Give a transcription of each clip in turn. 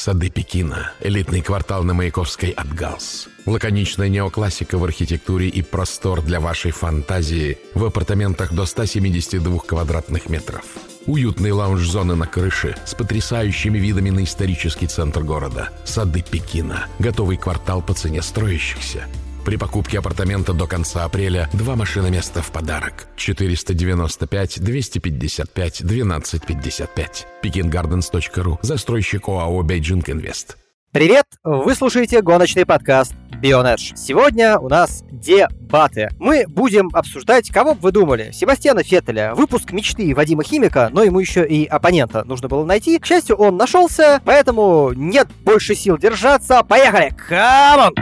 Сады Пекина, элитный квартал на Маяковской от Галс. Лаконичная неоклассика в архитектуре и простор для вашей фантазии в апартаментах до 172 квадратных метров. Уютные лаунж-зоны на крыше с потрясающими видами на исторический центр города. Сады Пекина. Готовый квартал по цене строящихся. При покупке апартамента до конца апреля 2 машиноместа в подарок. 495-255-1255. pekingardens.ru. Застройщик ОАО «Бейджинг Инвест». Привет! Вы слушаете гоночный подкаст Bionedge. Сегодня у нас дебаты. Мы будем обсуждать, кого бы вы думали, Себастьяна Феттеля, выпуск мечты Вадима Химика, но ему еще и оппонента нужно было найти. К счастью, он нашелся, поэтому нет больше сил держаться. Поехали! Камон!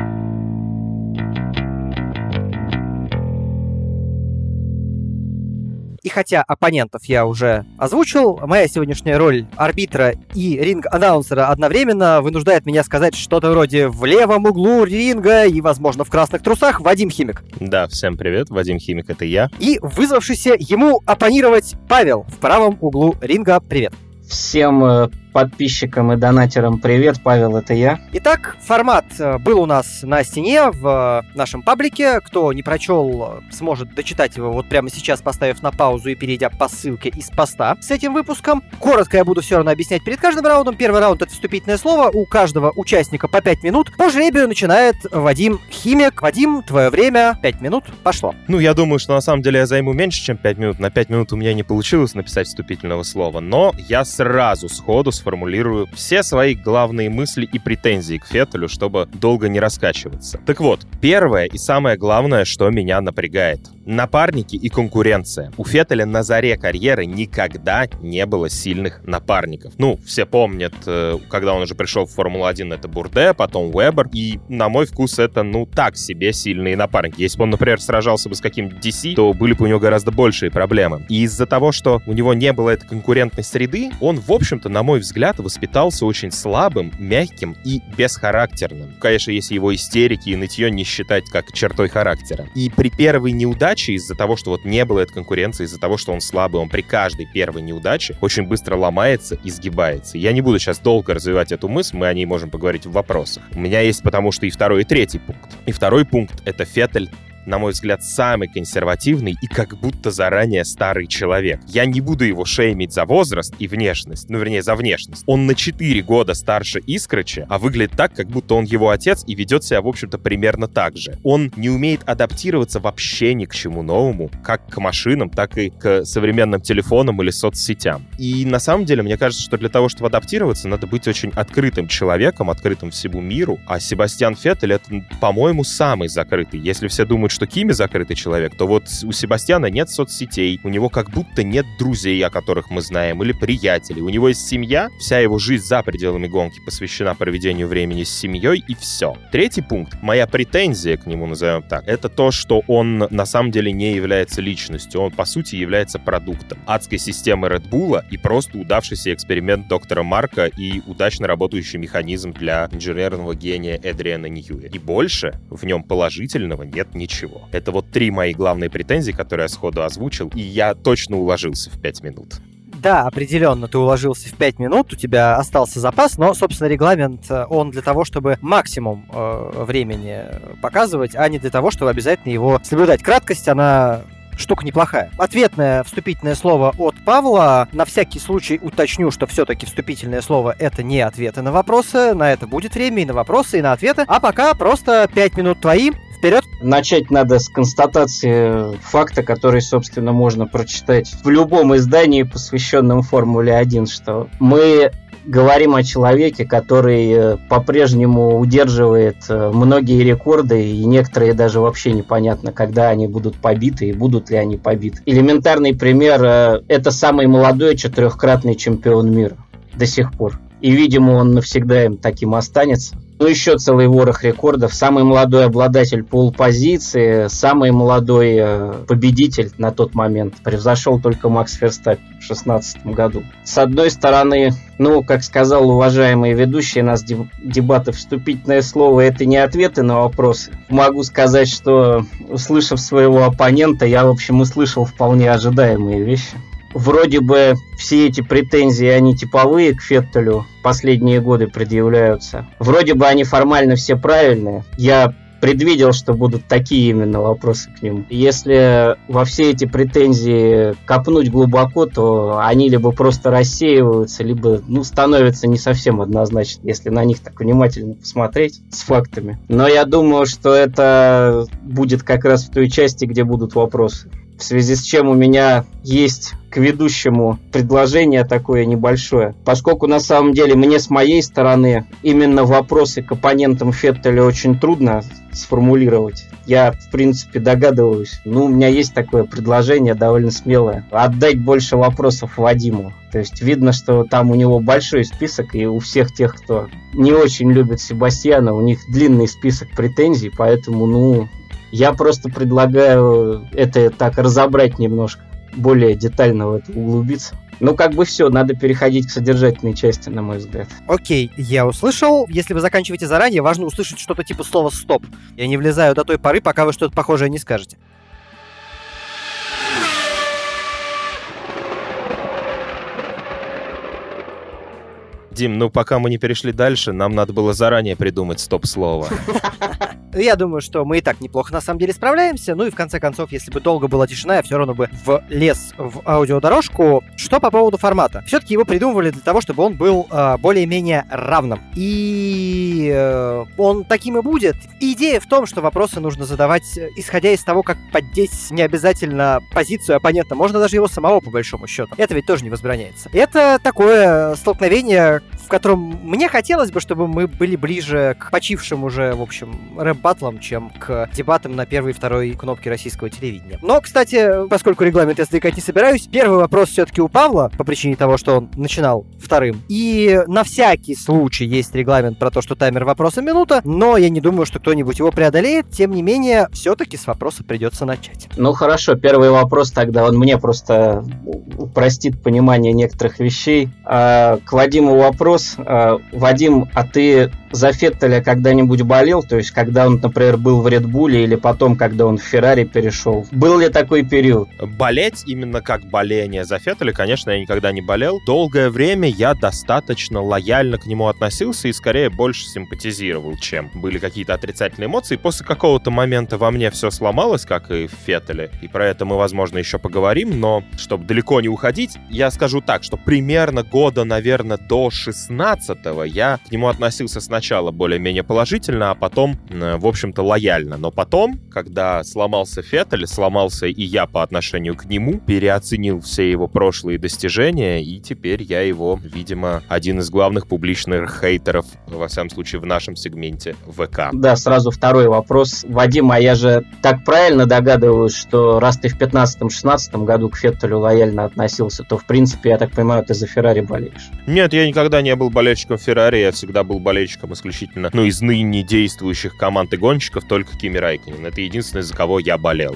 И хотя оппонентов я уже озвучил, моя сегодняшняя роль арбитра и ринг-аннаунсера одновременно вынуждает меня сказать что-то вроде «в левом углу ринга» и, возможно, в красных трусах Вадим Химик. Да, всем привет, Вадим Химик — это я. И вызвавшийся ему оппонировать Павел в правом углу ринга. Привет. Всем подписчикам и донатерам привет, Павел, это я. Итак, формат был у нас на стене в нашем паблике. Кто не прочел, сможет дочитать его вот прямо сейчас, поставив на паузу и перейдя по ссылке из поста с этим выпуском. Коротко я буду все равно объяснять перед каждым раундом. Первый раунд — это вступительное слово. У каждого участника по 5 минут. По жребию начинает Вадим Химик. Вадим, твое время 5 минут пошло. Я думаю, что на самом деле я займу меньше, чем 5 минут. На 5 минут у меня не получилось написать вступительного слова, но я сразу сходу сформулирую все свои главные мысли и претензии к Феттелю, чтобы долго не раскачиваться. Так вот, первое и самое главное, что меня напрягает. Напарники и конкуренция. У Феттеля на заре карьеры никогда не было сильных напарников. Все помнят, когда он уже пришел в Формулу-1, это Бурде, потом Вебер, и, на мой вкус, это, так себе сильные напарники. Если бы он, например, сражался бы с каким-нибудь DC, то были бы у него гораздо большие проблемы. И из-за того, что у него не было этой конкурентной среды, он, в общем-то, на мой взгляд, воспитался очень слабым, мягким и бесхарактерным. Конечно, если его истерики и нытье не считать как чертой характера. И при первой неудаче, из-за того, что не было этой конкуренции, из-за того, что он слабый, он при каждой первой неудаче очень быстро ломается и сгибается. Я не буду сейчас долго развивать эту мысль, мы о ней можем поговорить в вопросах. У меня есть потому что и второй, и третий пункт. И второй пункт — это Феттель, на мой взгляд, самый консервативный и как будто заранее старый человек. Я не буду его шеймить за возраст и внешность, за внешность. Он на 4 года старше Искрыча, а выглядит так, как будто он его отец и ведет себя, в общем-то, примерно так же. Он не умеет адаптироваться вообще ни к чему новому, как к машинам, так и к современным телефонам или соцсетям. И на самом деле, мне кажется, что для того, чтобы адаптироваться, надо быть очень открытым человеком, открытым всему миру, а Себастьян Феттель — это, по-моему, самый закрытый. Если все думают, что Кими закрытый человек, то вот у Себастьяна нет соцсетей, у него как будто нет друзей, о которых мы знаем, или приятелей. У него есть семья, вся его жизнь за пределами гонки посвящена проведению времени с семьей, и все. Третий пункт, моя претензия к нему, назовем так, это то, что он на самом деле не является личностью, он по сути является продуктом адской системы Red Bull и просто удавшийся эксперимент доктора Марка и удачно работающий механизм для инженерного гения Эдриана Ньюи. И больше в нем положительного нет ничего. Это вот 3 мои главные претензии, которые я сходу озвучил, и я точно уложился в 5 минут. Да, определенно, ты уложился в 5 минут, у тебя остался запас, но, собственно, регламент, он для того, чтобы максимум времени показывать, а не для того, чтобы обязательно его соблюдать. Краткость, она штука неплохая. Ответное вступительное слово от Павла. На всякий случай уточню, что все-таки вступительное слово — это не ответы на вопросы. На это будет время и на вопросы, и на ответы. А пока просто 5 минут твои. Вперед! Начать надо с констатации факта, который, собственно, можно прочитать в любом издании, посвященном Формуле 1, что мы говорим о человеке, который по-прежнему удерживает многие рекорды, и некоторые даже вообще непонятно, когда они будут побиты и будут ли они побиты. Элементарный пример – это самый молодой 4-кратный чемпион мира до сих пор. И, видимо, он навсегда им таким останется. Еще целый ворох рекордов. Самый молодой обладатель пол-позиции, самый молодой победитель на тот момент превзошел только Макс Ферстаппен в 2016 году. С одной стороны, как сказал уважаемый ведущий, у нас дебаты вступительное слово — это не ответы на вопросы. Могу сказать, что, услышав своего оппонента, я, в общем, услышал вполне ожидаемые вещи. вроде бы все эти претензии, они типовые к Феттелю последние годы предъявляются. Вроде бы они формально все правильные. Я предвидел, что будут такие именно вопросы к нему. Если во все эти претензии копнуть глубоко, то они либо просто рассеиваются, либо становятся не совсем однозначны, если на них так внимательно посмотреть с фактами. Но я думаю, что это будет как раз в той части, где будут вопросы. В связи с чем у меня есть к ведущему предложение такое небольшое. Поскольку на самом деле мне с моей стороны именно вопросы к оппонентам Феттеля очень трудно сформулировать. Я, в принципе, догадываюсь. У меня есть такое предложение довольно смелое. Отдать больше вопросов Вадиму. То есть видно, что там у него большой список, и у всех тех, кто не очень любит Себастьяна, у них длинный список претензий, поэтому, я просто предлагаю это так разобрать немножко, более детально в это углубиться. Все, надо переходить к содержательной части, на мой взгляд. Окей, я услышал. Если вы заканчиваете заранее, важно услышать что-то типа слова «стоп». Я не влезаю до той поры, пока вы что-то похожее не скажете. Дим, пока мы не перешли дальше, нам надо было заранее придумать стоп-слово. Я думаю, что мы и так неплохо на самом деле справляемся. И в конце концов, если бы долго была тишина, я все равно бы влез в аудиодорожку. Что по поводу формата? Все-таки его придумывали для того, чтобы он был более-менее равным. И он таким и будет. Идея в том, что вопросы нужно задавать, исходя из того, как поддеть не обязательно позицию оппонента. Можно даже его самого, по большому счету. Это ведь тоже не возбраняется. Это такое столкновение, в котором мне хотелось бы, чтобы мы были ближе к почившим уже, в общем, рэп-баттлам, чем к дебатам на первой и второй кнопке российского телевидения. Но, кстати, поскольку регламент я сдвигать не собираюсь, первый вопрос все-таки у Павла, по причине того, что он начинал вторым. И на всякий случай есть регламент про то, что таймер вопроса минута, но я не думаю, что кто-нибудь его преодолеет. Тем не менее, все-таки с вопроса придется начать. Хорошо, первый вопрос тогда, он мне просто упростит понимание некоторых вещей. К Вадиму вопрос. Вадим, а ты за Феттеля когда-нибудь болел? То есть, когда он, например, был в Редбуле или потом, когда он в Феррари перешел? Был ли такой период? Болеть именно как боление за Феттеля, конечно, я никогда не болел. Долгое время я достаточно лояльно к нему относился и скорее больше симпатизировал, чем были какие-то отрицательные эмоции. После какого-то момента во мне все сломалось, как и в Феттеле, и про это мы, возможно, еще поговорим, но чтобы далеко не уходить, я скажу так, что примерно года, наверное, до 16-го я к нему относился сначала более-менее положительно, а потом, в общем-то, лояльно. Но потом, когда сломался Феттель, сломался и я по отношению к нему, переоценил все его прошлые достижения, и теперь я его, видимо, один из главных публичных хейтеров, во всяком случае, в нашем сегменте ВК. Да, сразу второй вопрос. Вадим, а я же так правильно догадываюсь, что раз ты в 15-16 году к Феттелю лояльно относился, то, в принципе, я так понимаю, ты за Феррари болеешь? Нет, я никогда не был болельщиком Феррари, я всегда был болельщиком исключительно, из ныне действующих команд и гонщиков, только Кими Рэйкконен. Это единственное, за кого я болел.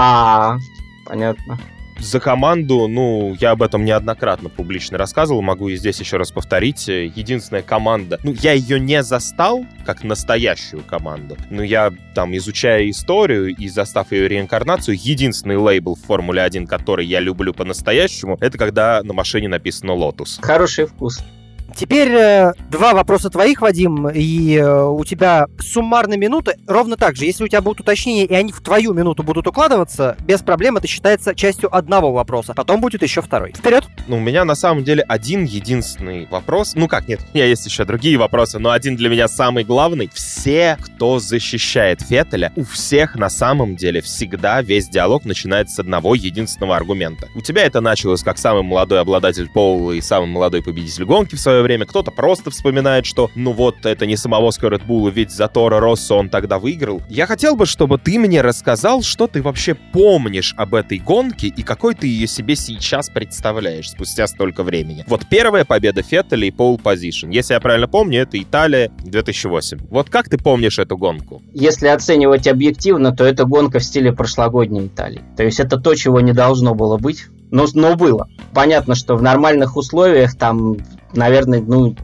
Понятно. За команду, я об этом неоднократно публично рассказывал, могу и здесь еще раз повторить. Единственная команда, я ее не застал как настоящую команду, но я изучая историю и застав ее реинкарнацию, единственный лейбл в Формуле 1, который я люблю по-настоящему, это когда на машине написано Lotus. Хороший вкус. Теперь два вопроса твоих, Вадим, и у тебя суммарно минуты. Ровно так же, если у тебя будут уточнения, и они в твою минуту будут укладываться, без проблем это считается частью одного вопроса. Потом будет еще второй. Вперед! У меня на самом деле один единственный вопрос. Нет, у меня есть еще другие вопросы, но один для меня самый главный. Все, кто защищает Феттеля, у всех на самом деле всегда весь диалог начинается с одного единственного аргумента. У тебя это началось как самый молодой обладатель пола и самый молодой победитель гонки в свое время. Кто-то просто вспоминает, что это не самовозка Red Bull, ведь за Торо Россо он тогда выиграл. Я хотел бы, чтобы ты мне рассказал, что ты вообще помнишь об этой гонке и какой ты ее себе сейчас представляешь спустя столько времени. Первая победа Феттеля и pole position. Если я правильно помню, это Италия 2008. Как ты помнишь эту гонку? Если оценивать объективно, то это гонка в стиле прошлогодней Италии. То есть это то, чего не должно было быть. Но было. Понятно, что в нормальных условиях там, наверное,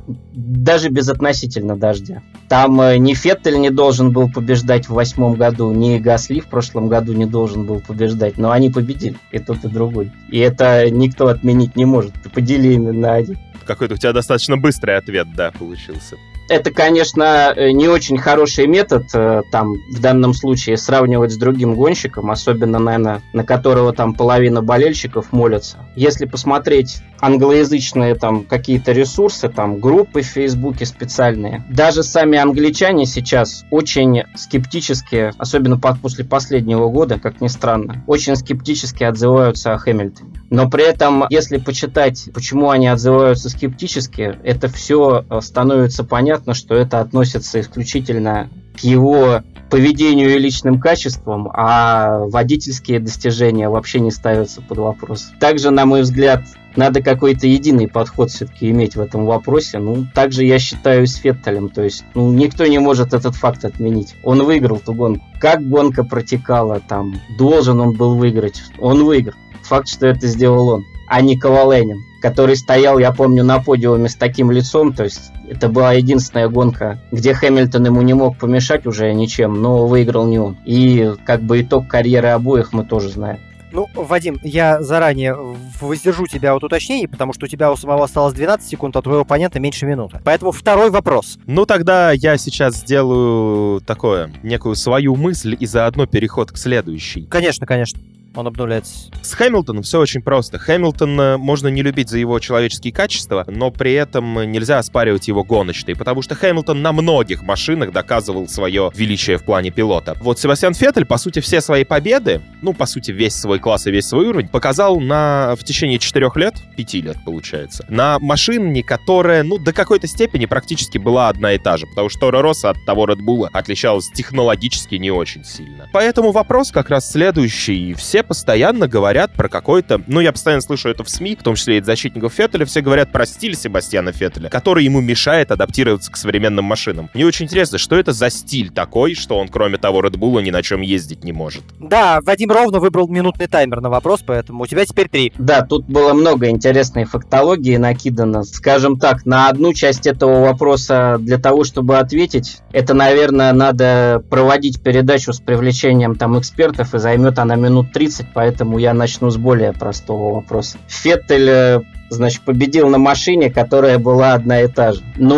даже безотносительно дождя. Там ни Феттель не должен был побеждать в 2008 году, ни Гасли в прошлом году не должен был побеждать, но они победили, и тот, и другой. И это никто отменить не может. Подели именно на один. Какой-то у тебя достаточно быстрый ответ, да, получился. Это, конечно, не очень хороший метод, там, в данном случае, сравнивать с другим гонщиком, особенно, наверное, на которого там половина болельщиков молятся. Если посмотреть англоязычные там какие-то ресурсы, там, группы в Фейсбуке специальные, даже сами англичане сейчас очень скептически, особенно после последнего года, как ни странно, очень скептически отзываются о Хэмилтоне. Но при этом, если почитать, почему они отзываются скептически, это все становится понятно, что это относится исключительно к его поведению и личным качествам, а водительские достижения вообще не ставятся под вопрос. Также, на мой взгляд, надо какой-то единый подход все-таки иметь в этом вопросе. Также я считаю с Феттелем. То есть, никто не может этот факт отменить. Он выиграл ту гонку. Как гонка протекала, там, должен он был выиграть. Он выиграл. Факт, что это сделал он, а не Коваленин, который стоял, я помню, на подиуме с таким лицом. То есть это была единственная гонка, где Хэмилтон ему не мог помешать уже ничем, но выиграл не он. И как бы итог карьеры обоих мы тоже знаем. Вадим, я заранее воздержу тебя от уточнений, потому что у тебя у самого осталось 12 секунд, а у твоего оппонента меньше минуты. Поэтому второй вопрос. Тогда я сейчас сделаю некую свою мысль и заодно переход к следующей. Конечно. Он обнуляется. С Хэмилтоном все очень просто. Хэмилтон можно не любить за его человеческие качества, но при этом нельзя оспаривать его гоночные, потому что Хэмилтон на многих машинах доказывал свое величие в плане пилота. Вот Себастьян Феттель, по сути, все свои победы, по сути, весь свой класс и весь свой уровень показал в течение 4 лет, 5 лет, получается, на машине, которая, до какой-то степени практически была одна и та же, потому что Торо Россо от того Red Bull отличалась технологически не очень сильно. Поэтому вопрос как раз следующий. Все постоянно говорят про какой-то... я постоянно слышу это в СМИ, в том числе и от защитников Феттеля, все говорят про стиль Себастьяна Феттеля, который ему мешает адаптироваться к современным машинам. Мне очень интересно, что это за стиль такой, что он, кроме того Red Bull, ни на чем ездить не может. Да, Вадим ровно выбрал минутный таймер на вопрос, поэтому у тебя теперь 3. Да, тут было много интересной фактологии накидано. Скажем так, на одну часть этого вопроса для того, чтобы ответить, это, наверное, надо проводить передачу с привлечением там экспертов, и займет она минут 30, поэтому я начну с более простого вопроса. Феттель, победил на машине, которая была одна и та же.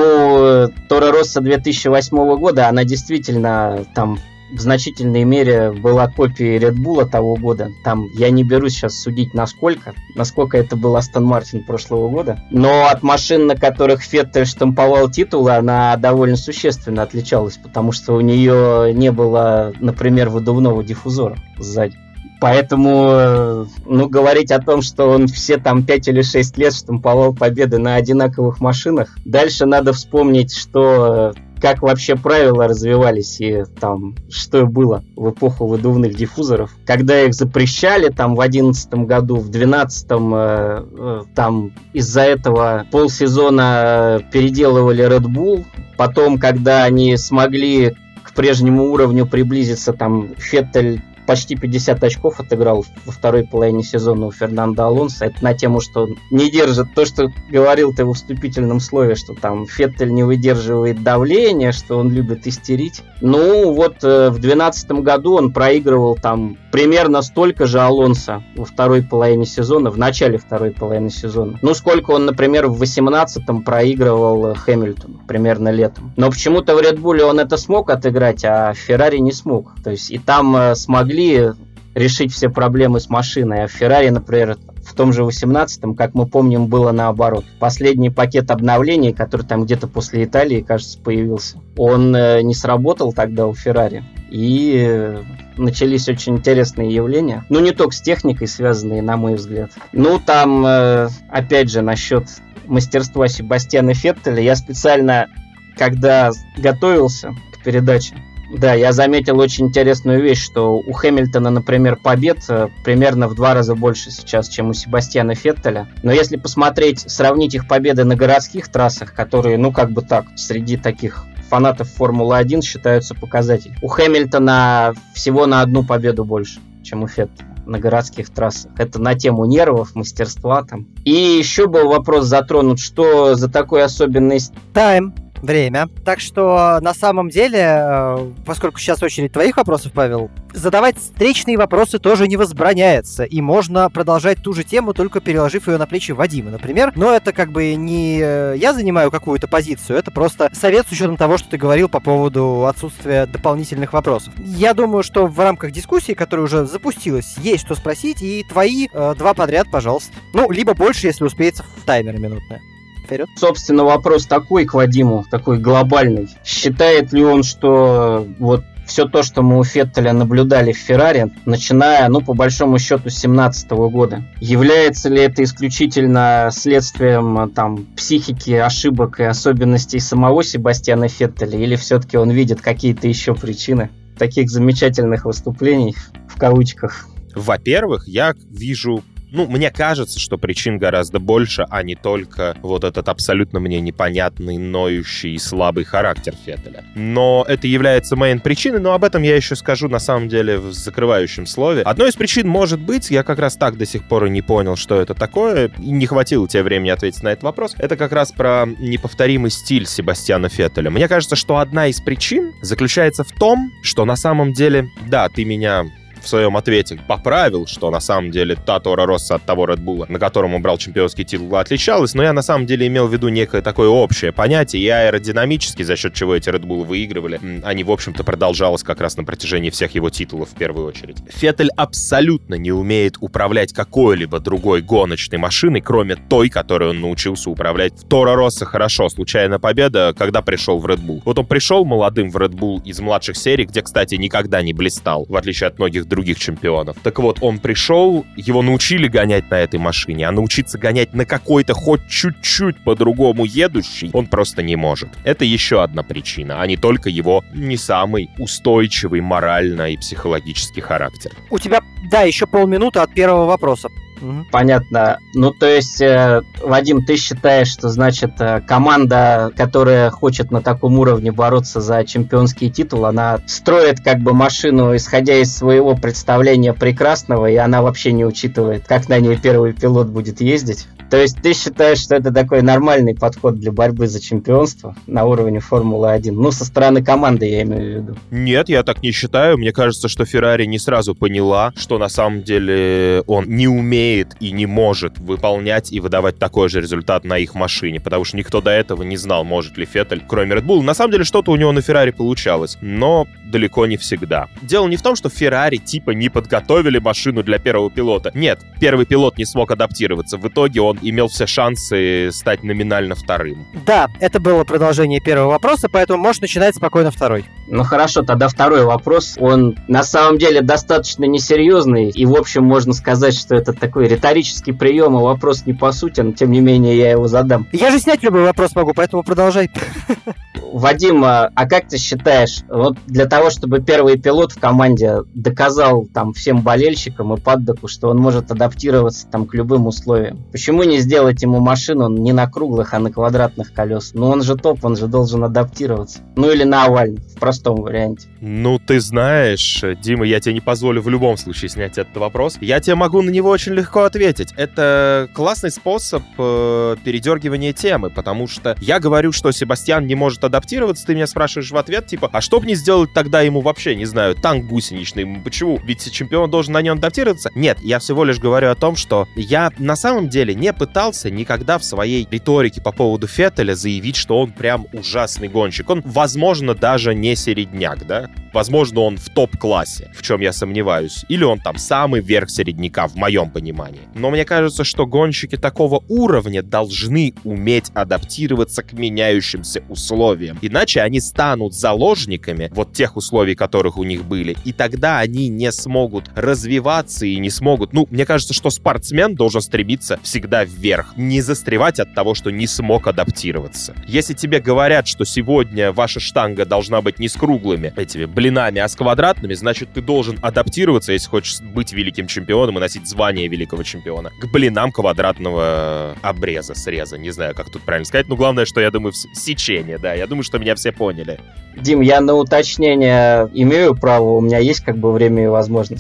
Торо Россо 2008 года, она действительно там в значительной мере была копией Red Bull того года. Там я не берусь сейчас судить насколько это был Астон Мартин прошлого года. Но от машин, на которых Феттель штамповал титулы, она довольно существенно отличалась, потому что у нее не было, например, выдувного диффузора сзади. Поэтому, говорить о том, что он все там 5 или 6 лет штамповал победы на одинаковых машинах. Дальше надо вспомнить, как вообще правила развивались и там, что было в эпоху выдувных диффузоров. Когда их запрещали там в 2011 году, в 2012 там из-за этого полсезона переделывали Red Bull. Потом, когда они смогли к прежнему уровню приблизиться, там Феттель почти 50 очков отыграл во второй половине сезона у Фернандо Алонсо. Это на тему, что он не держит то, что говорил ты в вступительном слове, что там Феттель не выдерживает давления, что он любит истерить. В 2012 году он проигрывал там примерно столько же Алонсо во второй половине сезона, в начале второй половины сезона. Сколько он, например, в 2018-м проигрывал Хэмилтону, примерно летом. Но почему-то в Red Bull он это смог отыграть, а в Феррари не смог. То есть и там смогли решить все проблемы с машиной, а в Феррари, например, в том же 18-м, как мы помним, было наоборот. Последний пакет обновлений, который там где-то после Италии, кажется, появился, он не сработал тогда у Феррари. И начались очень интересные явления. Не только с техникой связанные, на мой взгляд. Там, опять же, насчет мастерства Себастьяна Феттеля, я специально, когда готовился к передаче, я заметил очень интересную вещь, что у Хэмилтона, например, побед примерно в 2 раза больше сейчас, чем у Себастьяна Феттеля. Но если сравнить их победы на городских трассах, которые, среди таких фанатов Формулы-1 считаются показателем. У Хэмилтона всего на 1 победу больше, чем у Феттеля. на городских трассах. Это на тему нервов, мастерства там. И еще был вопрос затронут, что за такой особенность... Тайм. Время. Так что, на самом деле, поскольку сейчас очередь твоих вопросов, Павел, задавать встречные вопросы тоже не возбраняется. И можно продолжать ту же тему, только переложив ее на плечи Вадима, например. Но это как бы не я занимаю какую-то позицию, это просто совет с учетом того, что ты говорил по поводу отсутствия дополнительных вопросов. Я думаю, что в рамках дискуссии, которая уже запустилась, есть что спросить, и твои два подряд, пожалуйста. Ну, либо больше, если успеется в таймере минутное. Вперед. Собственно, вопрос такой к Вадиму, такой глобальный. Считает ли он, что вот все то, что мы у Феттеля наблюдали в Феррари, начиная, по большому счету, с 2017 года, является ли это исключительно следствием психики, ошибок и особенностей самого Себастьяна Феттеля, или все-таки он видит какие-то еще причины таких замечательных выступлений, в кавычках? Во-первых, я вижу... мне кажется, что причин гораздо больше, а не только вот этот абсолютно мне непонятный, ноющий и слабый характер Феттеля. Но это является мейн-причиной, но об этом я еще скажу, на самом деле, в закрывающем слове. Одной из причин может быть, я как раз так до сих пор и не понял, что это такое, и не хватило тебе времени ответить на этот вопрос, это как раз про неповторимый стиль Себастьяна Феттеля. Мне кажется, что одна из причин заключается в том, что на самом деле, да, ты меня... в своем ответе поправил, что на самом деле та Торо Росса от того Red Bull, на котором он брал чемпионский титул, отличалась, но я на самом деле имел в виду некое такое общее понятие, и аэродинамически, за счет чего эти Red Bull выигрывали, они, в общем-то, продолжалось как раз на протяжении всех его титулов в первую очередь. Феттель абсолютно не умеет управлять какой-либо другой гоночной машиной, кроме той, которой он научился управлять. В Торо Росса хорошо, случайная победа, когда пришел в Red Bull. Вот он пришел молодым в Red Bull из младших серий, где, кстати, никогда не блистал, в отличие от многих других чемпионов. Так вот, он пришел, его научили гонять на этой машине, а научиться гонять на какой-то хоть чуть-чуть по-другому едущий он просто не может. Это еще одна причина, а не только его не самый устойчивый морально и психологический характер. У тебя, да, еще полминуты от первого вопроса. Понятно. То есть, Вадим, ты считаешь, что, значит, команда, которая хочет на таком уровне бороться за чемпионский титул, она строит как бы машину, исходя из своего представления прекрасного, и она вообще не учитывает, как на ней первый пилот будет ездить? То есть ты считаешь, что это такой нормальный подход для борьбы за чемпионство на уровне Формулы-1? Со стороны команды я имею в виду. Нет, я так не считаю. Мне кажется, что Феррари не сразу поняла, что на самом деле он не умеет и не может выполнять и выдавать такой же результат на их машине, потому что никто до этого не знал, может ли Феттель, кроме Red Bull. На самом деле что-то у него на Феррари получалось, но далеко не всегда. Дело не в том, что Феррари типа не подготовили машину для первого пилота. Нет, первый пилот не смог адаптироваться. В итоге он имел все шансы стать номинально вторым. Да, это было продолжение первого вопроса, поэтому можешь начинать спокойно второй. Хорошо, тогда второй вопрос. Он на самом деле достаточно несерьезный, и в общем можно сказать, что это такой риторический прием, и вопрос не по сути, но тем не менее я его задам. Я же снять любой вопрос могу, поэтому продолжай. Вадим, а как ты считаешь, вот для того, чтобы первый пилот в команде доказал всем болельщикам и паддоку, что он может адаптироваться к любым условиям, почему не сделать ему машину не на круглых, а на квадратных колесах? Он же топ, он же должен адаптироваться. Или на овальных, в простом варианте. Ты знаешь, Дима, я тебе не позволю в любом случае снять этот вопрос. Я тебе могу на него очень легко ответить. Это классный способ передергивания темы, потому что я говорю, что Себастьян не может адаптироваться, ты меня спрашиваешь в ответ, а что бы не сделать тогда ему вообще, не знаю, танк гусеничный? Почему? Ведь чемпион должен на нем адаптироваться? Нет, я всего лишь говорю о том, что я на самом деле не пытался никогда в своей риторике по поводу Феттеля заявить, что он прям ужасный гонщик. Он, возможно, даже не середняк, да? Возможно, он в топ-классе, в чем я сомневаюсь. Или он самый верх середняка, в моем понимании. Но мне кажется, что гонщики такого уровня должны уметь адаптироваться к меняющимся условиям. Иначе они станут заложниками вот тех условий, которых у них были. И тогда они не смогут развиваться и не смогут... Мне кажется, что спортсмен должен стремиться всегда вверх. Не застревать от того, что не смог адаптироваться. Если тебе говорят, что сегодня ваша штанга должна быть не с круглыми этими блинами, а с квадратными, значит, ты должен адаптироваться, если хочешь быть великим чемпионом и носить звание великого чемпиона, к блинам квадратного обреза, среза. Не знаю, как тут правильно сказать, но главное, что я думаю, сечение, да. Я думаю, что меня все поняли. Дим, я на уточнение имею право, у меня есть время и возможность.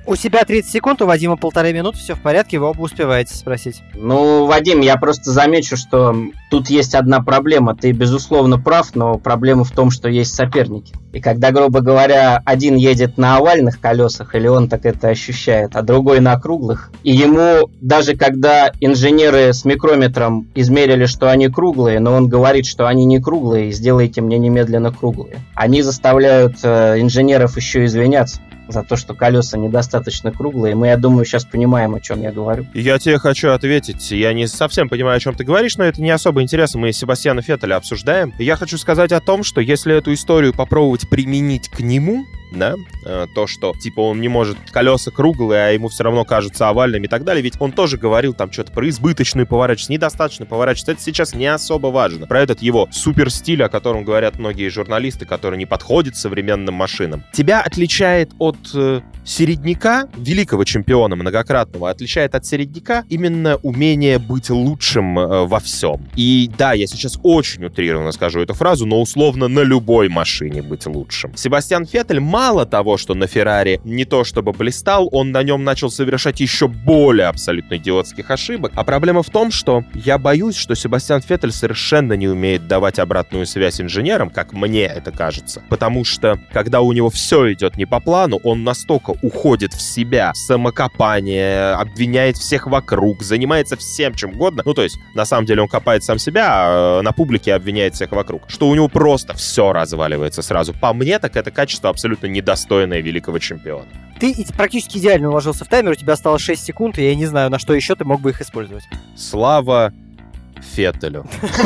У тебя 30 секунд, у Вадима 1,5 минуты, все в порядке, вы оба успеваете спросить. Ну, Вадим, я просто замечу, что тут есть одна проблема. Ты, безусловно, прав, но проблема в том, что есть соперники. И когда, грубо говоря, один едет на овальных колесах, или он так это ощущает, а другой на круглых, и ему, даже когда инженеры с микрометром измерили, что они круглые, но он говорит, что они не круглые, сделайте мне немедленно круглые, они заставляют инженеров еще извиняться за то, что колеса недостаточно круглые. Мы, я думаю, сейчас понимаем, о чем я говорю. Я тебе хочу ответить. Я не совсем понимаю, о чем ты говоришь, но это не особо интересно. Мы Себастьяна Феттеля обсуждаем. И я хочу сказать о том, что если эту историю попробовать применить к нему, да, то, что, типа, он не может, колеса круглые, а ему все равно кажутся овальными и так далее, ведь он тоже говорил там что-то про избыточную поворачиваемость, недостаточную поворачиваемость, это сейчас не особо важно. Про этот его суперстиль, о котором говорят многие журналисты, который не подходит современным машинам. Тебя отличает от середняка, великого чемпиона многократного, отличает от середняка именно умение быть лучшим во всем. И да, я сейчас очень утрированно скажу эту фразу, но условно на любой машине быть лучшим. Себастьян Феттель мало того, что на Феррари не то чтобы блистал, он на нем начал совершать еще более абсолютно идиотских ошибок. А проблема в том, что я боюсь, что Себастьян Феттель совершенно не умеет давать обратную связь инженерам, как мне это кажется. Потому что, когда у него все идет не по плану, он настолько уходит в себя, самокопание, обвиняет всех вокруг, занимается всем чем угодно. Ну, то есть, на самом деле он копает сам себя, а на публике обвиняет всех вокруг. Что у него просто все разваливается сразу. По мне, так это качество абсолютно недостойное великого чемпиона. Ты практически идеально уложился в таймер, у тебя осталось 6 секунд, и я не знаю, на что еще ты мог бы их использовать. Слава Феттелю.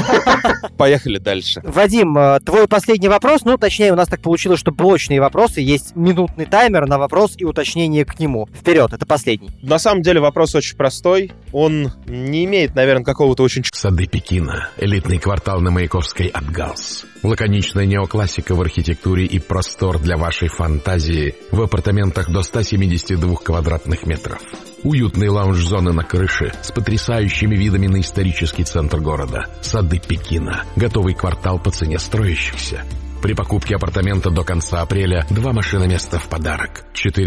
Поехали дальше. Вадим, твой последний вопрос, ну, точнее, у нас так получилось, что блочные вопросы, есть минутный таймер на вопрос и уточнение к нему. Вперед, это последний. На самом деле вопрос очень простой, он не имеет, наверное, какого-то очень... Сады Пекина. Элитный квартал на Маяковской Атгалс. Лаконичная неоклассика в архитектуре и простор для вашей фантазии в апартаментах до 172 квадратных метров. Уютные лаунж-зоны на крыше с потрясающими видами на исторический центр города. Сады Пекина. Готовый квартал по цене строящихся. При покупке апартамента до конца апреля 2 машиноместа в подарок.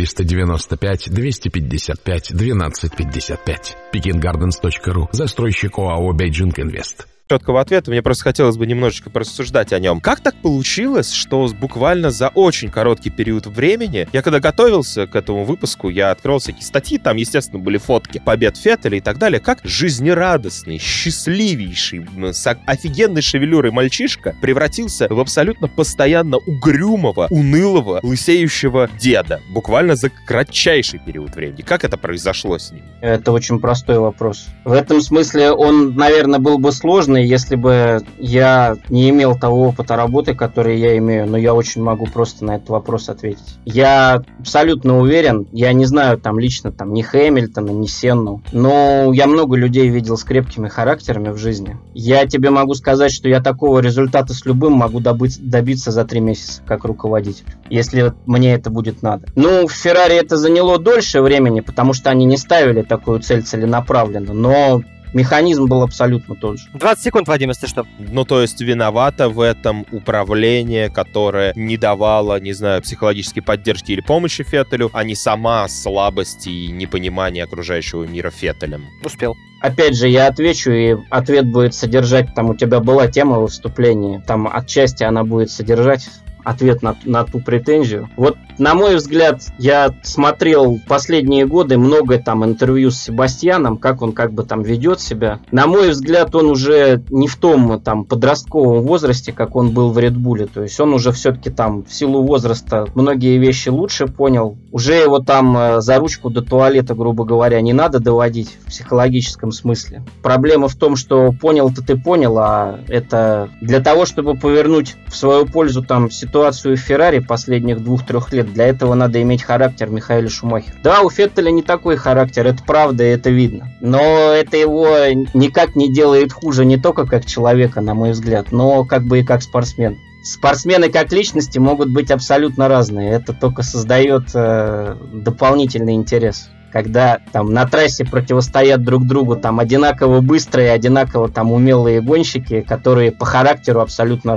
495-255-1255. pekingardens.ru. Застройщик ОАО «Бейджинг Инвест». Четкого ответа, мне просто хотелось бы немножечко порассуждать о нем. Как так получилось, что буквально за очень короткий период времени, я когда готовился к этому выпуску, я открыл всякие статьи, там, естественно, были фотки побед Феттеля и так далее, как жизнерадостный, счастливейший, с офигенной шевелюрой мальчишка превратился в абсолютно постоянно угрюмого, унылого, лысеющего деда, буквально за кратчайший период времени. Как это произошло с ним? Это очень простой вопрос. В этом смысле он, наверное, был бы сложный, если бы я не имел того опыта работы, который я имею, но я очень могу просто на этот вопрос ответить. Я абсолютно уверен, я не знаю там лично там ни Хэмилтона, ни Сенну, но я много людей видел с крепкими характерами в жизни. Я тебе могу сказать, что я такого результата с любым могу добиться за 3 месяца, как руководитель, если мне это будет надо. Ну, в Феррари это заняло дольше времени, потому что они не ставили такую цель целенаправленно, но механизм был абсолютно тот же. 20 секунд, Вадим, если что. Ну, то есть виновато в этом управление, которое не давало, не знаю, психологической поддержки или помощи Феттелю, а не сама слабость и непонимание окружающего мира Феттелем. Успел. Опять же, я отвечу, и ответ будет содержать, там у тебя была тема во вступлении, там отчасти она будет содержать ответ на ту претензию. Вот, на мой взгляд, я смотрел последние годы много там интервью с Себастьяном, как он как бы там ведет себя. На мой взгляд, он уже не в том там подростковом возрасте, как он был в Редбуле. То есть он уже все-таки там в силу возраста многие вещи лучше понял. Уже его там за ручку до туалета, грубо говоря, не надо доводить в психологическом смысле. Проблема в том, что понял-то ты понял, а это для того, чтобы повернуть в свою пользу там ситуацию в Феррари последних 2-3 лет, для этого надо иметь характер Михаэля Шумахера. Да, у Феттеля не такой характер, это правда, и это видно. Но это его никак не делает хуже не только как человека, на мой взгляд, но как бы и как спортсмен. Спортсмены как личности могут быть абсолютно разные, это только создает дополнительный интерес. Когда там на трассе противостоят друг другу там одинаково быстрые, одинаково там умелые гонщики, которые по характеру абсолютно разные.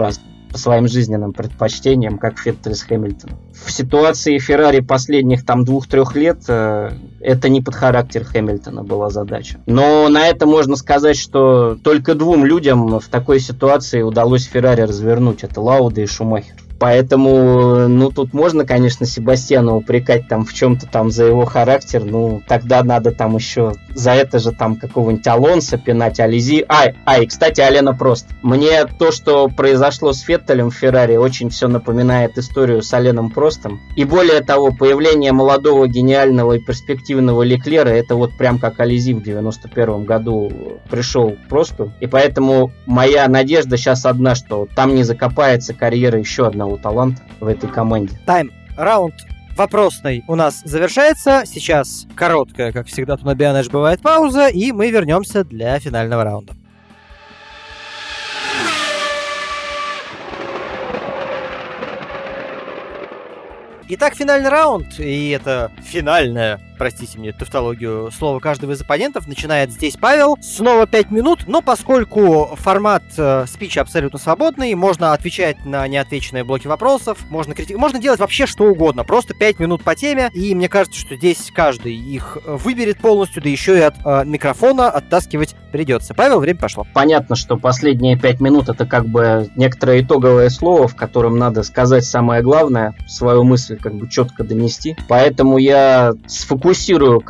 по своим жизненным предпочтениям, как Феттель с Хэмилтоном. В ситуации Феррари последних 2-3 лет это не под характер Хэмилтона была задача. Но на это можно сказать, что только 2 людям в такой ситуации удалось Феррари развернуть. Это Лауда и Шумахер. Поэтому, тут можно, конечно, Себастьяна упрекать в чем-то за его характер, тогда надо еще за это же какого-нибудь Алонсо пинать, Ализи. И, кстати, Алена Прост. Мне то, что произошло с Феттелем в Феррари, очень все напоминает историю с Аленом Простом. И более того, появление молодого, гениального и перспективного Леклера, это прям как Ализи в 91 году пришел к Просту. И поэтому моя надежда сейчас одна, что там не закопается карьера еще одного таланта в этой команде. Раунд вопросный у нас завершается. Сейчас короткая, как всегда, тут на Бионэш бывает пауза, и мы вернемся для финального раунда. Итак, финальный раунд, и это финальное, простите мне тавтологию, слово каждого из оппонентов. Начинает здесь Павел. Снова 5 минут, но поскольку формат спича абсолютно свободный, можно отвечать на неотвеченные блоки вопросов, можно делать вообще что угодно, просто 5 минут по теме, и мне кажется, что здесь каждый их выберет полностью, да еще и от микрофона оттаскивать придется. Павел, время пошло. Понятно, что последние 5 минут это некоторое итоговое слово, в котором надо сказать самое главное, свою мысль четко донести. Поэтому я сфокусирую,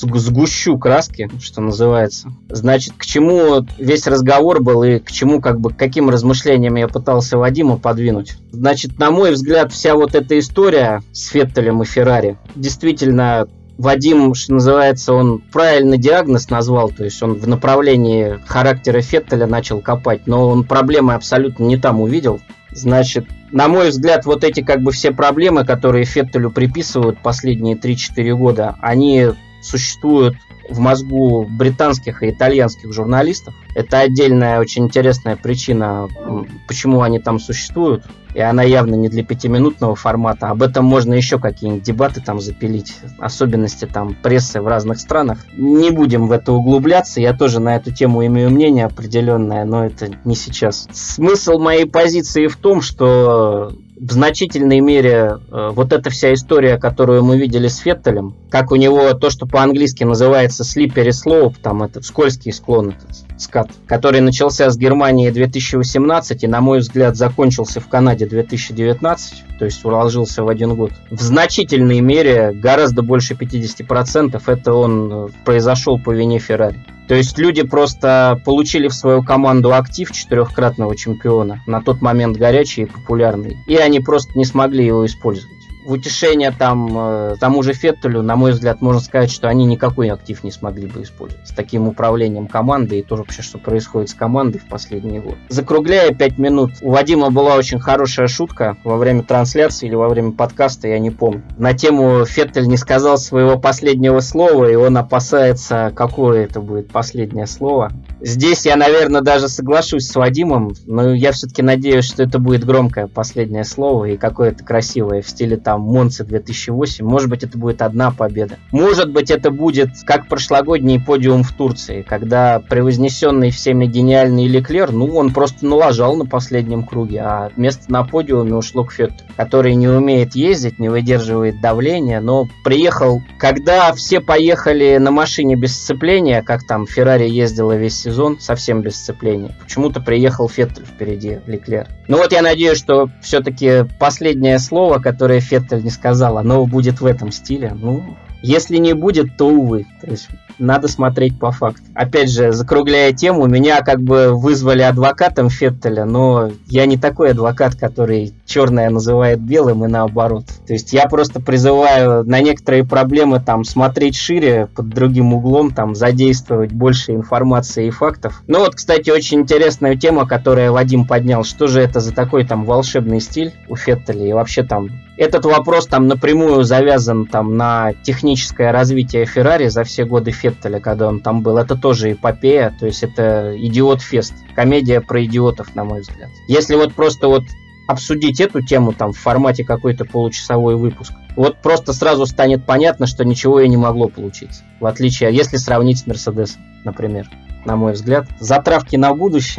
сгущу краски, что называется. Значит, к чему весь разговор был и к чему, каким размышлениям я пытался Вадиму подвинуть. Значит, на мой взгляд, вся эта история с Феттелем и Феррари действительно... Вадим, что называется, он правильно диагноз назвал, то есть он в направлении характера Феттеля начал копать, но он проблемы абсолютно не там увидел. Значит, на мой взгляд, эти все проблемы, которые Феттелю приписывают последние 3-4 года, они существуют в мозгу британских и итальянских журналистов. Это отдельная очень интересная причина, почему они там существуют. И она явно не для 5-минутного формата. Об этом можно еще какие-нибудь дебаты запилить. Особенности прессы в разных странах. Не будем в это углубляться. Я тоже на эту тему имею мнение определенное, но это не сейчас. Смысл моей позиции в том, что в значительной мере эта вся история, которую мы видели с Феттелем, как у него то, что по-английски называется slippery slope, этот скользкий склон, этот скат, который начался с Германии 2018 и, на мой взгляд, закончился в Канаде 2019, то есть уложился в 1 год. В значительной мере, гораздо больше 50%, это он произошел по вине Феррари. То есть люди просто получили в свою команду актив 4-кратного чемпиона, на тот момент горячий и популярный, и они просто не смогли его использовать. В утешение тому же Феттелю, на мой взгляд, можно сказать, что они никакой актив не смогли бы использовать. С таким управлением команды и то вообще, что происходит с командой в последние годы. Закругляя 5 минут, у Вадима была очень хорошая шутка во время трансляции или во время подкаста, я не помню. На тему Феттель не сказал своего последнего слова, и он опасается, какое это будет последнее слово. Здесь я, наверное, даже соглашусь с Вадимом, но я все-таки надеюсь, что это будет громкое последнее слово и какое-то красивое в стиле Монце 2008. Может быть, это будет 1 победа. Может быть, это будет как прошлогодний подиум в Турции, когда превознесенный всеми гениальный Леклер, он просто налажал на последнем круге, а место на подиуме ушло к Феттелю, который не умеет ездить, не выдерживает давления, но приехал, когда все поехали на машине без сцепления, как Феррари ездила весь сезон, совсем без сцепления. Почему-то приехал Феттель впереди Леклера. Я надеюсь, что все-таки последнее слово, которое Феттель не сказал, оно будет в этом стиле. Если не будет, то увы. То есть надо смотреть по факту. Опять же, закругляя тему, меня вызвали адвокатом Феттеля, но я не такой адвокат, который черное называет белым и наоборот. То есть я просто призываю на некоторые проблемы смотреть шире, под другим углом, задействовать больше информации и фактов. Кстати, очень интересная тема, которую Вадим поднял. Что же это за такой волшебный стиль у Феттеля? И вообще этот вопрос напрямую завязан на техническое развитие Феррари за все годы Феттеля, когда он там был. Это тоже эпопея, то есть это идиот-фест. Комедия про идиотов, на мой взгляд. Если просто обсудить эту тему в формате какой-то получасовой выпуск, просто сразу станет понятно, что ничего и не могло получиться. В отличие, если сравнить с Мерседесом, например, на мой взгляд. Затравки на будущее.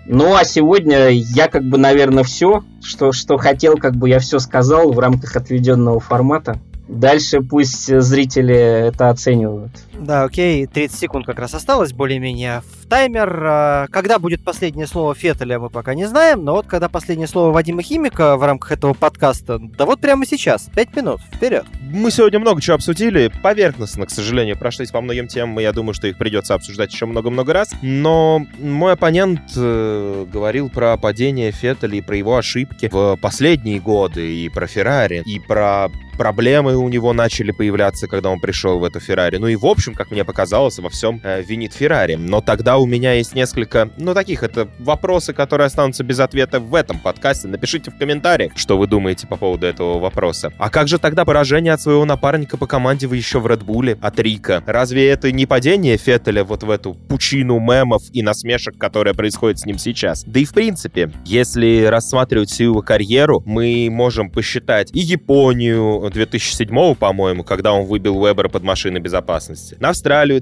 Ну, а сегодня я наверное, все, что хотел, я все сказал в рамках отведенного формата. Дальше пусть зрители это оценивают. Да, окей, 30 секунд как раз осталось, более-менее в таймер. Когда будет последнее слово Феттеля, мы пока не знаем, но вот когда последнее слово Вадима Химика в рамках этого подкаста, да вот прямо сейчас, 5 минут, вперед. Мы сегодня много чего обсудили, поверхностно, к сожалению, прошлись по многим темам, и я думаю, что их придется обсуждать еще много-много раз, но мой оппонент говорил про падение Феттеля и про его ошибки в последние годы, и про Феррари, и про проблемы у него начали появляться, когда он пришел в эту Феррари. Ну и в общем, как мне показалось, во всем винит Феррари. Но тогда у меня есть несколько, таких это вопросы, которые останутся без ответа в этом подкасте. Напишите в комментариях, что вы думаете по поводу этого вопроса. А как же тогда поражение от своего напарника по команде вы еще в Red Bull, от Рика? Разве это не падение Феттеля вот в эту пучину мемов и насмешек, которая происходит с ним сейчас? Да и в принципе, если рассматривать всю его карьеру, мы можем посчитать и Японию 2007, по-моему, когда он выбил Уэббера под машиной безопасности. На Австралию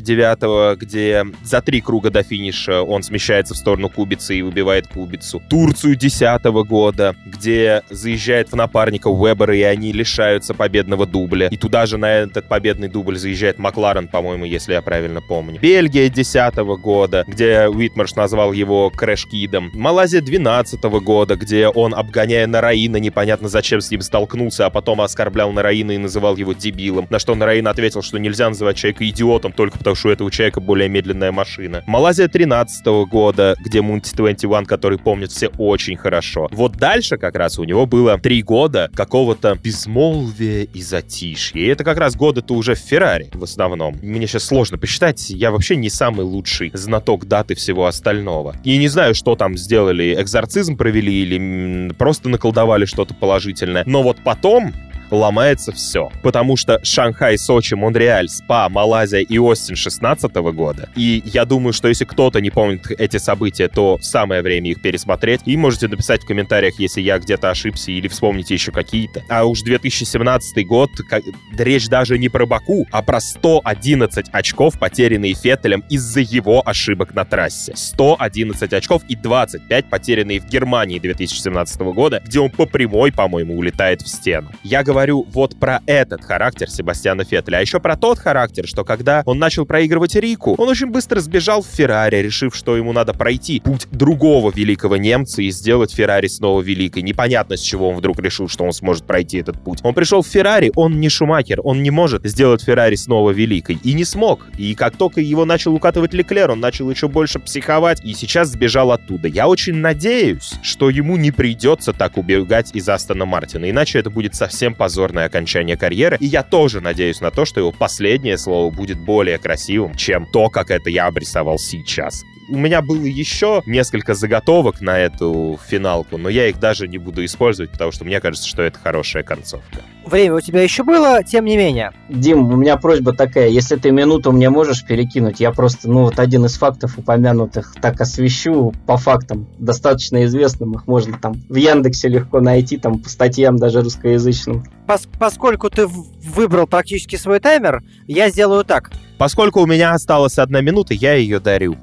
2009, где за 3 круга до финиша он смещается в сторону кубицы и убивает кубицу. Турцию 2010 года, где заезжает в напарника Уэббера, и они лишаются победного дубля. И туда же на этот победный дубль заезжает Макларен, по-моему, если я правильно помню. Бельгия 2010 года, где Уитмарш назвал его крэш-кидом. Малайзия 2012 года, где он, обгоняя Нараина, непонятно зачем с ним столкнулся, а потом оскорблял Нараина и называл его дебилом, на что Нараин ответил, что нельзя называть человека идиотом только потому, что у этого человека более медленная машина. Малайзия 2013 года, где Мунти 21, который помнят все очень хорошо. Вот дальше как раз у него было 3 года какого-то безмолвия и затишья. И это как раз годы-то уже в Феррари в основном. Мне сейчас сложно посчитать, я вообще не самый лучший знаток даты всего остального. И не знаю, что там сделали, экзорцизм провели или просто наколдовали что-то положительное. Но вот потом ломается все. Потому что Шанхай, Сочи, Монреаль, СПА, Малайзия и Остин 2016 года. И я думаю, что если кто-то не помнит эти события, то самое время их пересмотреть. И можете написать в комментариях, если я где-то ошибся или вспомните еще какие-то. А уж 2017 год, речь даже не про Баку, а про 111 очков, потерянные Феттелем из-за его ошибок на трассе. 111 очков и 25 потерянные в Германии 2017 года, где он по прямой, по-моему, улетает в стену. Я говорю вот про этот характер Себастьяна Феттеля, а еще про тот характер, что когда он начал проигрывать Рику, он очень быстро сбежал в Феррари, решив, что ему надо пройти путь другого великого немца и сделать Феррари снова великой. Непонятно, с чего он вдруг решил, что он сможет пройти этот путь. Он пришел в Феррари, он не Шумахер, он не может сделать Феррари снова великой. И не смог. И как только его начал укатывать Леклер, он начал еще больше психовать и сейчас сбежал оттуда. Я очень надеюсь, что ему не придется так убегать из Астона Мартина, иначе это будет совсем позорное окончание карьеры, и я тоже надеюсь на то, что его последнее слово будет более красивым, чем то, как это я обрисовал сейчас. У меня было еще несколько заготовок на эту финалку, но я их даже не буду использовать, потому что мне кажется, что это хорошая концовка. Время у тебя еще было, тем не менее. Дим, у меня просьба такая, если ты минуту мне можешь перекинуть, я просто, один из фактов упомянутых так освещу по фактам, достаточно известным, их можно там в Яндексе легко найти, там по статьям даже русскоязычным. Поскольку ты выбрал практически свой таймер, я сделаю так. Поскольку у меня осталась 1 минута, я ее дарю.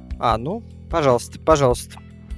Пожалуйста.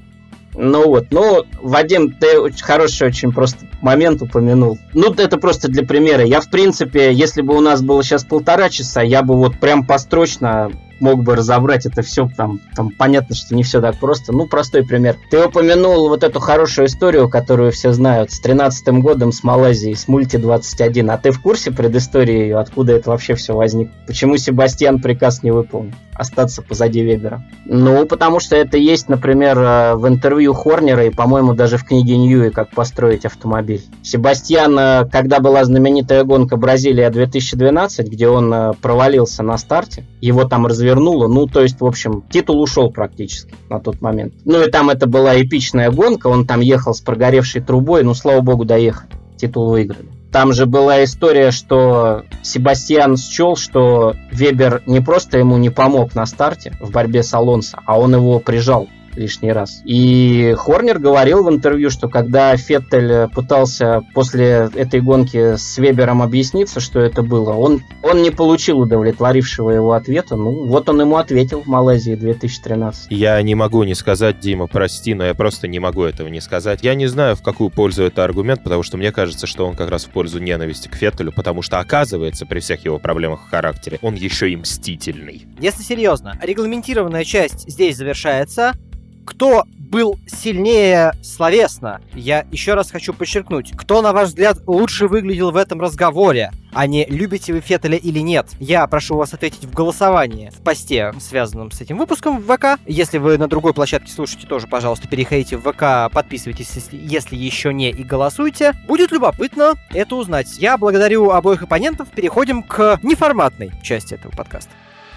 Вадим, ты очень хороший очень просто момент упомянул. Это просто для примера. Я, в принципе, если бы у нас было сейчас 1,5 часа, я бы прям построчно мог бы разобрать это все. Там понятно, что не все так просто. Простой пример. Ты упомянул вот эту хорошую историю, которую все знают, с 13-м годом, с Малайзией, с Мульти 21. А ты в курсе предыстории ее? Откуда это вообще все возникло? Почему Себастьян приказ не выполнил? Остаться позади Вебера. Потому что это есть, например, в интервью Хорнера и, по-моему, даже в книге Ньюи «Как построить автомобиль». Себастьян, когда была знаменитая гонка Бразилия 2012, где он провалился на старте, его там развернуло, в общем, титул ушел практически на тот момент. И там это была эпичная гонка, он там ехал с прогоревшей трубой, слава богу, доехали, титул выиграли. Там же была история, что Себастьян счел, что Вебер не просто ему не помог на старте в борьбе с Алонсо, а он его прижал. лишний раз. И Хорнер говорил в интервью, что когда Феттель пытался после этой гонки с Вебером объясниться, что это было, он не получил удовлетворившего его ответа. Ну, вот он ему ответил в Малайзии 2013. Я не могу не сказать, Дима, прости, но я просто не могу этого не сказать. Я не знаю, в какую пользу это аргумент, потому что мне кажется, что он как раз в пользу ненависти к Феттелю, потому что, оказывается, при всех его проблемах в характере, он еще и мстительный. Если серьезно, регламентированная часть здесь завершается. Кто был сильнее словесно? Я еще раз хочу подчеркнуть. Кто, на ваш взгляд, лучше выглядел в этом разговоре? А не любите вы Феттеля или нет? Я прошу вас ответить в голосовании в посте, связанном с этим выпуском в ВК. Если вы на другой площадке слушаете, тоже, пожалуйста, переходите в ВК, подписывайтесь, если еще не, и голосуйте. Будет любопытно это узнать. Я благодарю обоих оппонентов. Переходим к неформатной части этого подкаста.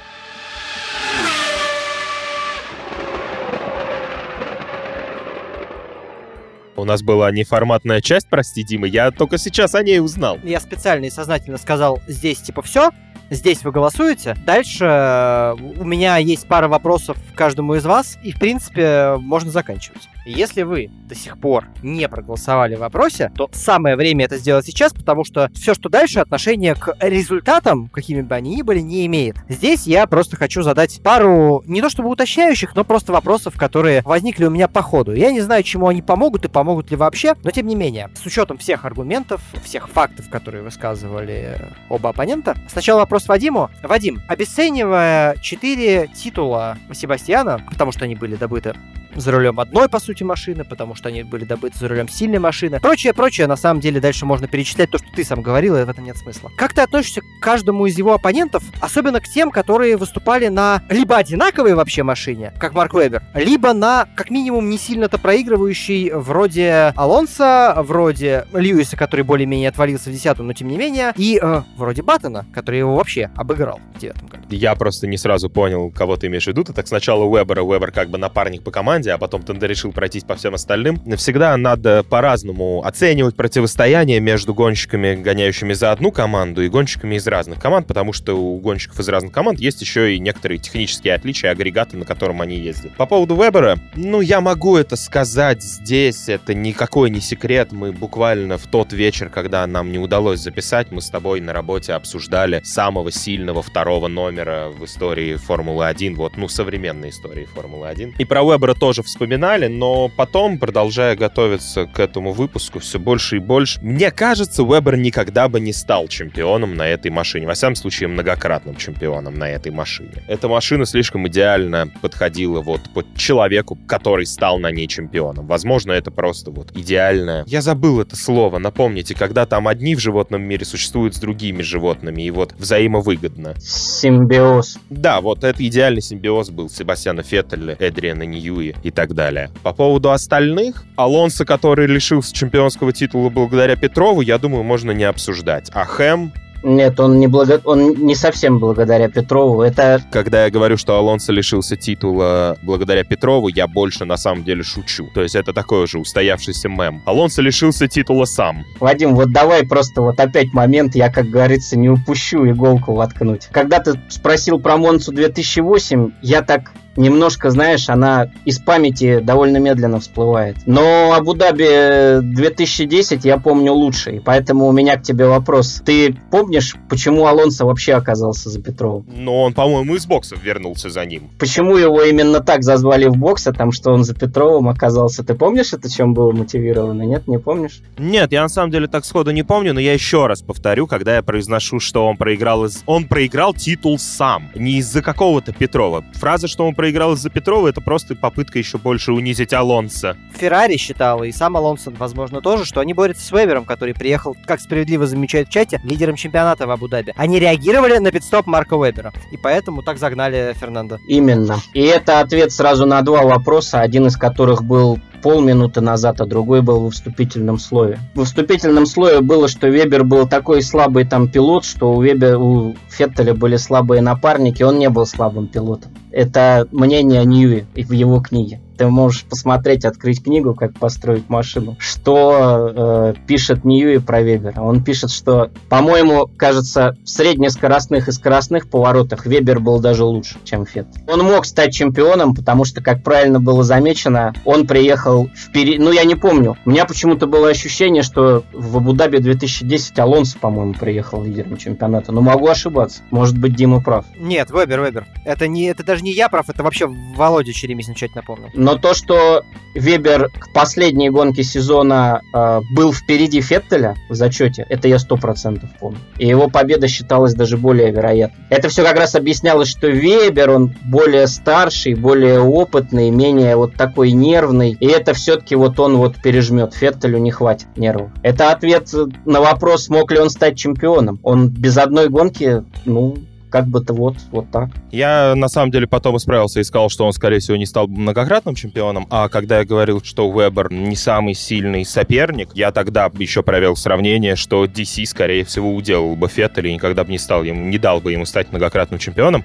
У нас была неформатная часть, прости, Дима, я только сейчас о ней узнал. Я специально и сознательно сказал здесь типа все. Здесь вы голосуете. Дальше у меня есть пара вопросов к каждому из вас, и, в принципе, можно заканчивать. Если вы до сих пор не проголосовали в вопросе, то самое время это сделать сейчас, потому что все, что дальше, отношение к результатам, какими бы они ни были, не имеет. Здесь я просто хочу задать пару, не то чтобы уточняющих, но просто вопросов, которые возникли у меня по ходу. Я не знаю, чему они помогут и помогут ли вообще, но тем не менее, с учетом всех аргументов, всех фактов, которые высказывали оба оппонента, сначала вопрос Вадиму. Вадим, обесценивая 4 титула Себастьяна, потому что они были добыты за рулем одной, по сути, машины, потому что они были добыты за рулем сильной машины. Прочее, на самом деле, дальше можно перечислять то, что ты сам говорил, и в этом нет смысла. Как ты относишься к каждому из его оппонентов, особенно к тем, которые выступали на либо одинаковой вообще машине, как Марк Вебер, либо на, как минимум, не сильно-то проигрывающий вроде Алонсо, вроде Льюиса, который более-менее отвалился в 10-м, но тем не менее, и вроде Баттона, который его вообще обыграл в 9-м году. Я просто не сразу понял, кого ты имеешь в виду. Ты так сначала Уэбер как бы напарник по команде, а потом ты решил пройтись по всем остальным. Всегда надо по-разному оценивать противостояние между гонщиками, гоняющими за одну команду, и гонщиками из разных команд, потому что у гонщиков из разных команд есть еще и некоторые технические отличия, агрегаты, на котором они ездят. По поводу Вебера, я могу это сказать здесь, это никакой не секрет. Мы буквально в тот вечер, когда нам не удалось записать, мы с тобой на работе обсуждали самого сильного второго номера в истории Формулы-1, современной истории Формулы-1. И про Вебера тоже вспоминали, но потом, продолжая готовиться к этому выпуску, все больше и больше, мне кажется, Вебер никогда бы не стал чемпионом на этой машине. Во всяком случае, многократным чемпионом на этой машине. Эта машина слишком идеально подходила под человеку, который стал на ней чемпионом. Возможно, это просто идеальное. Я забыл это слово, напомните, когда там одни в животном мире существуют с другими животными, и взаимовыгодно. Симбиоз. Да, это идеальный симбиоз был Себастьяна Феттеля, Эдриана Ньюи и так далее. По поводу остальных, Алонсо, который лишился чемпионского титула благодаря Петрову, я думаю, можно не обсуждать. А Хэм... Нет, он не совсем благодаря Петрову. Это... Когда я говорю, что Алонсо лишился титула благодаря Петрову, я больше на самом деле шучу. То есть это такой же устоявшийся мем. Алонсо лишился титула сам. Вадим, давай просто опять момент, я, как говорится, не упущу иголку воткнуть. Когда ты спросил про Монцу 2008, я так... немножко, знаешь, она из памяти довольно медленно всплывает. Но Абу-Даби 2010 я помню лучше, и поэтому у меня к тебе вопрос. Ты помнишь, почему Алонсо вообще оказался за Петровым? Он, по-моему, из боксов вернулся за ним. Почему его именно так зазвали в бокс, что он за Петровым оказался? Ты помнишь это, чем было мотивировано? Нет, не помнишь? Нет, я на самом деле так сходу не помню, но я еще раз повторю, когда я произношу, что он проиграл титул сам, не из-за какого-то Петрова. Фраза, что он проиграл из-за Петрова, это просто попытка еще больше унизить Алонсо. Феррари считала, и сам Алонсо, возможно, тоже, что они борются с Вебером, который приехал, как справедливо замечают в чате, лидером чемпионата в Абу-Даби. Они реагировали на пит-стоп Марка Вебера, и поэтому так загнали Фернандо. Именно. И это ответ сразу на два вопроса, один из которых был полминуты назад, а другой был во вступительном слове. Во вступительном слове было, что Вебер был такой слабый пилот, что у Феттеля были слабые напарники, он не был слабым пилотом. Это мнение Ньюи в его книге. Ты можешь посмотреть, открыть книгу «Как построить машину», что пишет Ньюи про Вебера. Он пишет, что, по-моему, кажется, в среднескоростных и скоростных поворотах Вебер был даже лучше, чем Феттель. Он мог стать чемпионом, потому что, как правильно было замечено, он приехал впереди. Ну, я не помню. У меня почему-то было ощущение, что в Абу-Даби 2010 Алонсо, по-моему, приехал лидером чемпионата. Но могу ошибаться. Может быть, Дима прав. Нет, Вебер. Это даже не я прав, это вообще Володя Черемис замечательно напомнил. Но то, что Вебер к последней гонке сезона был впереди Феттеля в зачете, это я 100% помню. И его победа считалась даже более вероятной. Это все как раз объяснялось, что Вебер, он более старший, более опытный, менее вот такой нервный. И это все-таки вот он вот пережмет. Феттелю не хватит нервов. Это ответ на вопрос, смог ли он стать чемпионом. Он без одной гонки, как бы-то вот так. Я, на самом деле, потом исправился и сказал, что он, скорее всего, не стал многократным чемпионом, а когда я говорил, что Вебер не самый сильный соперник, я тогда еще провел сравнение, что DC, скорее всего, уделал бы Феттеля и никогда бы не дал бы ему стать многократным чемпионом.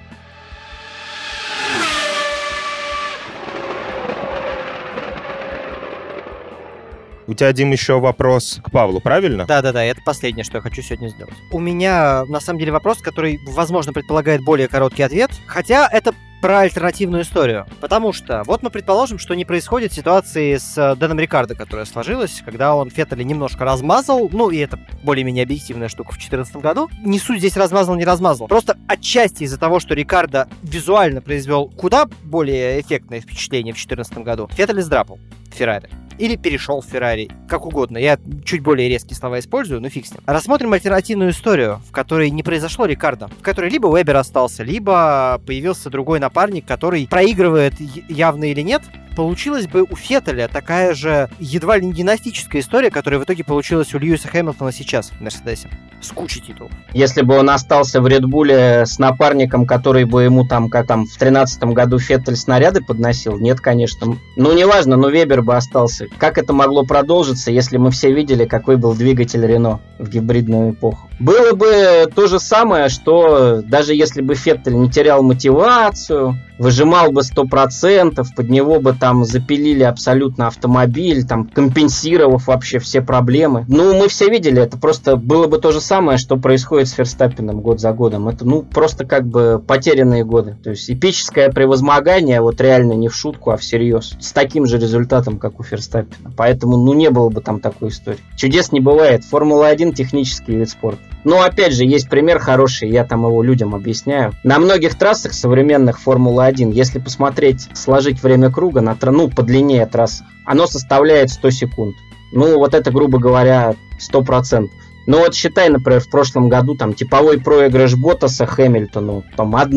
У тебя, Дим, еще вопрос к Павлу, правильно? Да, это последнее, что я хочу сегодня сделать. У меня, на самом деле, вопрос, который, возможно, предполагает более короткий ответ, хотя это про альтернативную историю. Потому что вот мы предположим, что не происходит ситуации с Дэном Рикардо, которая сложилась, когда он Феттеля немножко размазал, и это более-менее объективная штука в 2014 году. Не суть здесь размазал, не размазал. Просто отчасти из-за того, что Рикардо визуально произвел куда более эффектное впечатление в 2014 году, Феттель издрапал Феррари. Или перешел в Феррари, как угодно. Я чуть более резкие слова использую, но фиг с ним. Рассмотрим альтернативную историю, в которой не произошло Рикардо, в которой либо Вебер остался, либо появился другой напарник, который проигрывает явно или нет. Получилась бы у Феттеля такая же едва ли не династическая история, которая в итоге получилась у Льюиса Хэмилтона сейчас в Мерседесе. С кучей титулов. Если бы он остался в Редбуле с напарником, который бы ему как в 2013 году Феттель снаряды подносил, нет, конечно. Неважно, но Вебер бы остался. Как это могло продолжиться, если мы все видели, какой был двигатель Рено в гибридную эпоху? Было бы то же самое, что даже если бы Феттель не терял мотивацию, выжимал бы 100%, под него бы там запилили абсолютно автомобиль, там компенсировав вообще все проблемы. Мы все видели, это просто было бы то же самое, что происходит с Ферстаппеном год за годом. Это просто как бы потерянные годы. То есть эпическое превозмогание, вот реально не в шутку, а всерьез. С таким же результатом, как у Ферстаппена. Поэтому, не было бы там такой истории. Чудес не бывает. Формула-1 технический вид спорта. Опять же, есть пример хороший, я там его людям объясняю. На многих трассах современных Формулы-1, если посмотреть, сложить время круга по длине трассы, оно составляет 100 секунд. Вот это, грубо говоря, 100%. Считай, например, в прошлом году типовой проигрыш Боттаса Хэмилтону,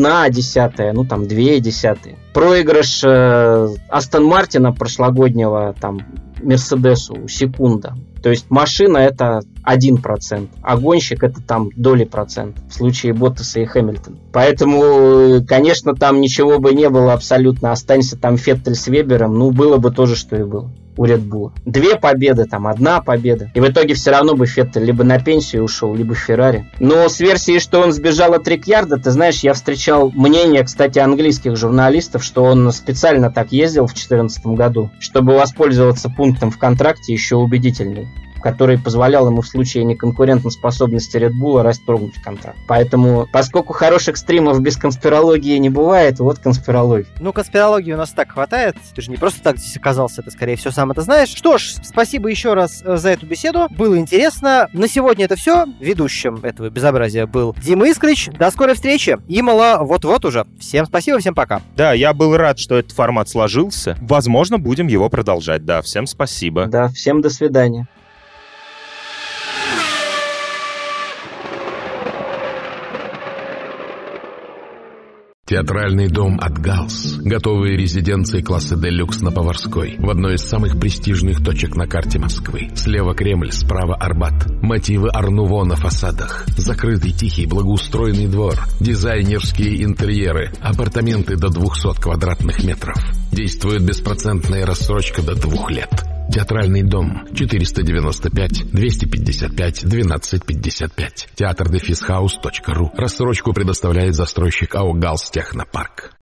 1/10, 2/10. Проигрыш Астон Мартина прошлогоднего, Мерседесу, секунда. То есть машина это 1%, а гонщик это доли процента в случае Боттаса и Хэмилтона. Поэтому, конечно, там ничего бы не было абсолютно. Останься Феттель с Вебером, было бы то же, что и было у Редбула. 2 победы, 1 победа. И в итоге все равно бы Феттель либо на пенсию ушел, либо в Феррари. Но с версией, что он сбежал от Рикьярдо, ты знаешь, я встречал мнение, кстати, английских журналистов, что он специально так ездил в 2014 году, чтобы воспользоваться пунктом в контракте еще убедительней, который позволял ему в случае неконкурентоспособности Red Bull расторгнуть контракт. Поэтому, поскольку хороших стримов без конспирологии не бывает, вот конспирология. Конспирологии у нас так хватает. Ты же не просто так здесь оказался, ты, скорее всего, сам это знаешь. Что ж, спасибо еще раз за эту беседу. Было интересно. На сегодня это все. Ведущим этого безобразия был Дима Искрич. До скорой встречи. Имола вот-вот уже. Всем спасибо, всем пока. Да, я был рад, что этот формат сложился. Возможно, будем его продолжать. Да, всем спасибо. Да, всем до свидания. Театральный дом «Атгалс». Готовые резиденции класса «Делюкс» на Поварской. В одной из самых престижных точек на карте Москвы. Слева Кремль, справа Арбат. Мотивы Ар-Нуво на фасадах. Закрытый, тихий, благоустроенный двор. Дизайнерские интерьеры. Апартаменты до 200 квадратных метров. Действует беспроцентная рассрочка до 2 лет. Театральный дом. 495-255-1255. Театр-дефисхаус.ру. Рассрочку предоставляет застройщик АО «Галс Технопарк».